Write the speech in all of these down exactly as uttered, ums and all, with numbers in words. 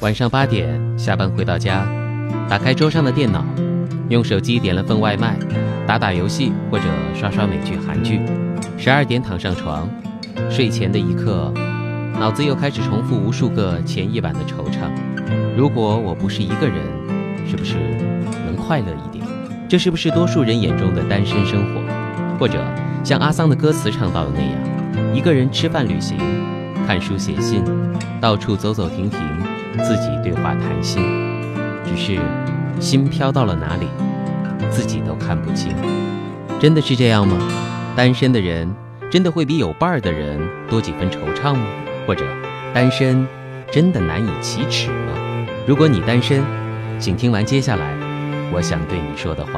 晚上八点下班回到家，打开桌上的电脑，用手机点了份外卖，打打游戏或者刷刷美剧韩剧。十二点躺上床，睡前的一刻，脑子又开始重复无数个前一晚的惆怅。如果我不是一个人，是不是能快乐一点？这是不是多数人眼中的单身生活？或者像阿桑的歌词唱到的那样，一个人吃饭旅行，看书写信，到处走走停停，自己对话谈心，只是心飘到了哪里，自己都看不清。真的是这样吗？单身的人真的会比有伴儿的人多几分惆怅吗？或者单身真的难以启齿吗？如果你单身，请听完接下来我想对你说的话。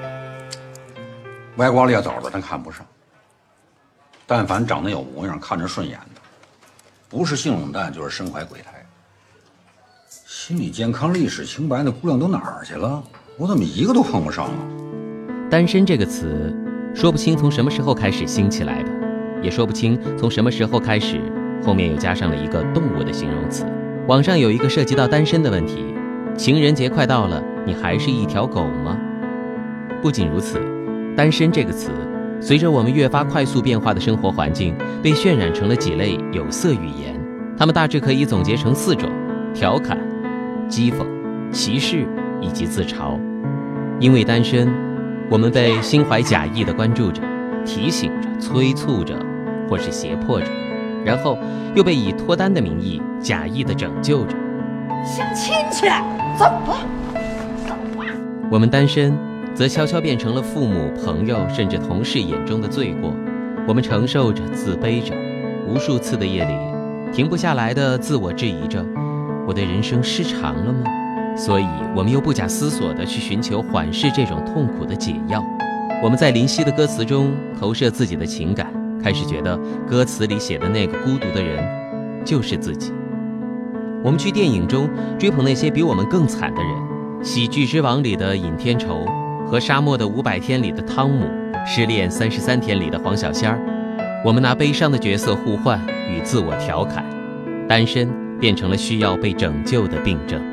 歪瓜裂枣的他看不上，但凡长得有模样看着顺眼的，不是性冷淡就是身怀鬼胎。心理健康历史清白的姑娘都哪儿去了？我怎么一个都碰不上啊？ 单身这个词说不清从什么时候开始兴起来的，也说不清从什么时候开始后面又加上了一个动物的形容词。网上有一个涉及到单身的问题，情人节快到了，你还是一条狗吗？不仅如此，单身这个词随着我们越发快速变化的生活环境，被渲染成了几类有色语言，它们大致可以总结成四种：调侃、讥讽、歧视以及自嘲。因为单身，我们被心怀假意地关注着，提醒着，催促着，或是胁迫着，然后又被以脱单的名义假意地拯救着。 相亲去，走吧，走吧。 我们单身则悄悄变成了父母、朋友甚至同事眼中的罪过。我们承受着，自卑着，无数次的夜里停不下来的自我质疑着，我对人生失常了吗？所以我们又不假思索地去寻求缓释这种痛苦的解药。我们在林夕的歌词中投射自己的情感，开始觉得歌词里写的那个孤独的人就是自己。我们去电影中追捧那些比我们更惨的人，喜剧之王里的尹天仇和沙漠的五百天里的汤姆，失恋三十三天里的黄小仙儿。我们拿悲伤的角色互换与自我调侃，单身变成了需要被拯救的病症。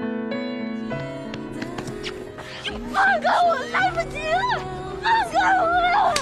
放开我，来不及了，放开我！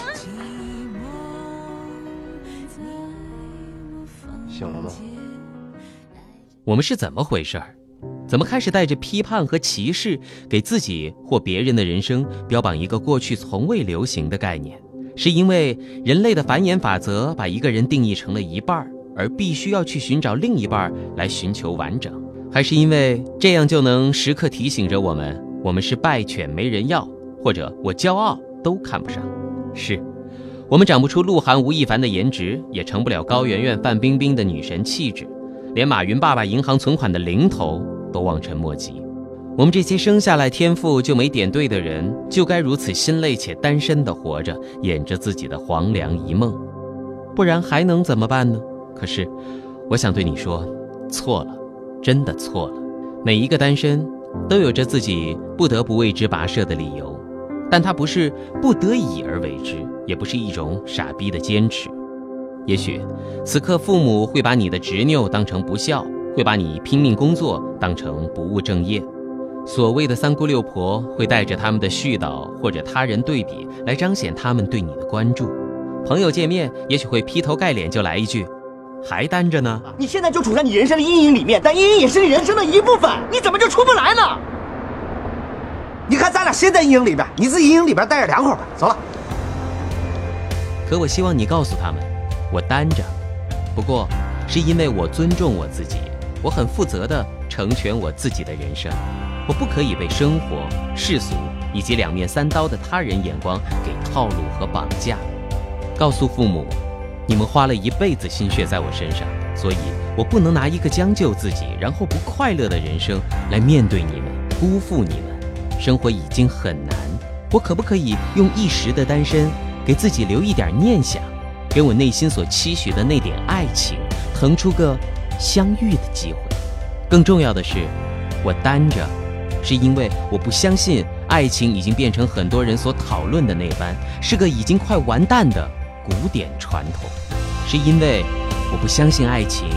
醒了吗？ 我们是怎么回事？怎么开始带着批判和歧视，给自己或别人的人生标榜一个过去从未流行的概念？是因为人类的繁衍法则把一个人定义成了一半，而必须要去寻找另一半来寻求完整？还是因为这样就能时刻提醒着我们，我们是败犬没人要，或者我骄傲都看不上？是我们长不出鹿晗吴亦凡的颜值，也成不了高圆圆范冰冰的女神气质，连马云爸爸银行存款的零头都望尘莫及。我们这些生下来天赋就没点对的人，就该如此心累且单身地活着，演着自己的黄粱一梦，不然还能怎么办呢？可是我想对你说，错了，真的错了。每一个单身都有着自己不得不为之跋涉的理由，但它不是不得已而为之，也不是一种傻逼的坚持。也许此刻父母会把你的执拗当成不孝，会把你拼命工作当成不务正业。所谓的三姑六婆会带着他们的絮叨或者他人对比来彰显他们对你的关注。朋友见面也许会劈头盖脸就来一句，还单着呢？ 你现在就处在你人生的阴影里面，但阴影也是你人生的一部分，你怎么就出不来呢？ 你看咱俩现在阴影里边，你自己阴影里边待着凉快吧。走了。 可我希望你告诉他们，我单着，不过是因为我尊重我自己，我很负责地成全我自己的人生，我不可以被生活、世俗以及两面三刀的他人眼光给套路和绑架。告诉父母，你们花了一辈子心血在我身上，所以我不能拿一个将就自己然后不快乐的人生来面对你们，辜负你们。生活已经很难，我可不可以用一时的单身给自己留一点念想，给我内心所期许的那点爱情腾出个相遇的机会？更重要的是，我单着是因为我不相信爱情已经变成很多人所讨论的那般是个已经快完蛋的古典传统，是因为我不相信爱情已经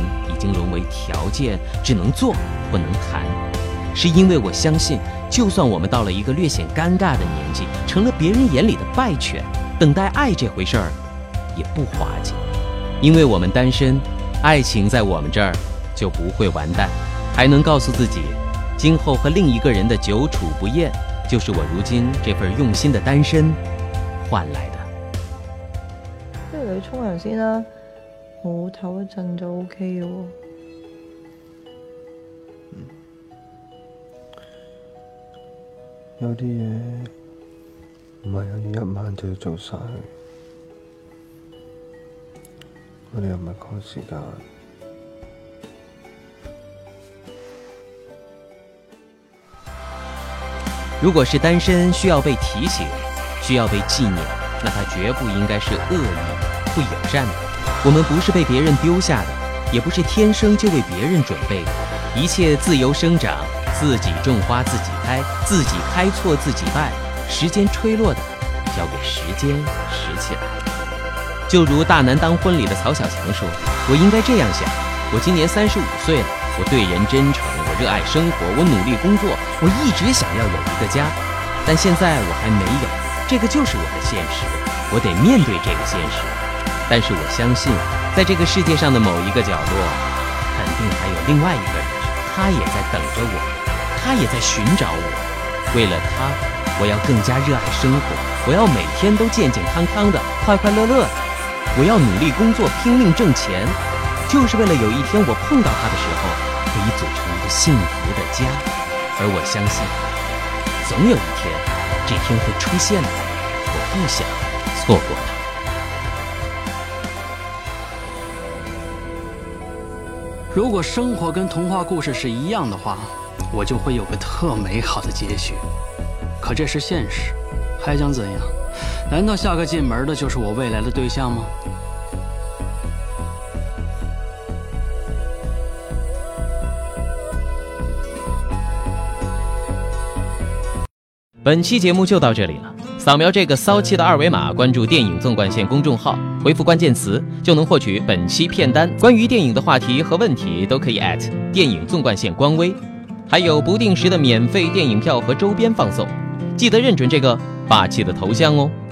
经沦为条件，只能做不能谈。是因为我相信，就算我们到了一个略显尴尬的年纪，成了别人眼里的败犬，等待爱这回事儿也不滑稽。因为我们单身，爱情在我们这儿就不会完蛋，还能告诉自己，今后和另一个人的久处不厌，就是我如今这份用心的單身換來的。 不如你沖涼先啦，我唞一陣就 O K 嘅喎。 有啲嘢唔係有一晚就要做晒，我哋又唔係趕時間。 如果是單身需要被提醒，需要被紀念，那它絕不應該是惡意、不友善的。我們不是被別人丟下的，也不是天生就為別人準備的。一切自由生長，自己種花自己開，自己開錯自己敗，時間吹落的交給時間拾起來。就如大男當婚裡的曹小強說，我應該這樣想，我今年三十五歲了，我對人真誠，我熱愛生活，我努力工作，我一直想要有一個家，但現在我還沒有，這個就是我的現實，我得面對這個現實。但是我相信，在這個世界上的某一個角落，肯定還有另外一個人，他也在等着我，他也在尋找我。為了他，我要更加熱愛生活，我要每天都健健康康的，快快樂樂的，我要努力工作，拼命掙錢，就是為了有一天我碰到他的時候，可以組成一個幸福的家。而我相信，總有一天，這天會出現的，我不想錯過它。 如果生活跟童話故事是一樣的話，我就會有個特美好的結局。可這是現實，還想怎樣？難道下個進門的就是我未來的對象嗎？ 本期節目就到這裡了。掃描這個騷氣的二維碼，關注電影縱貫線公眾號，回復關鍵詞就能獲取本期片單。關於電影的話題和問題都可以 at 電影縱貫線官微，還有不定時的免費電影票和周邊放送。記得認準這個霸氣的頭像哦。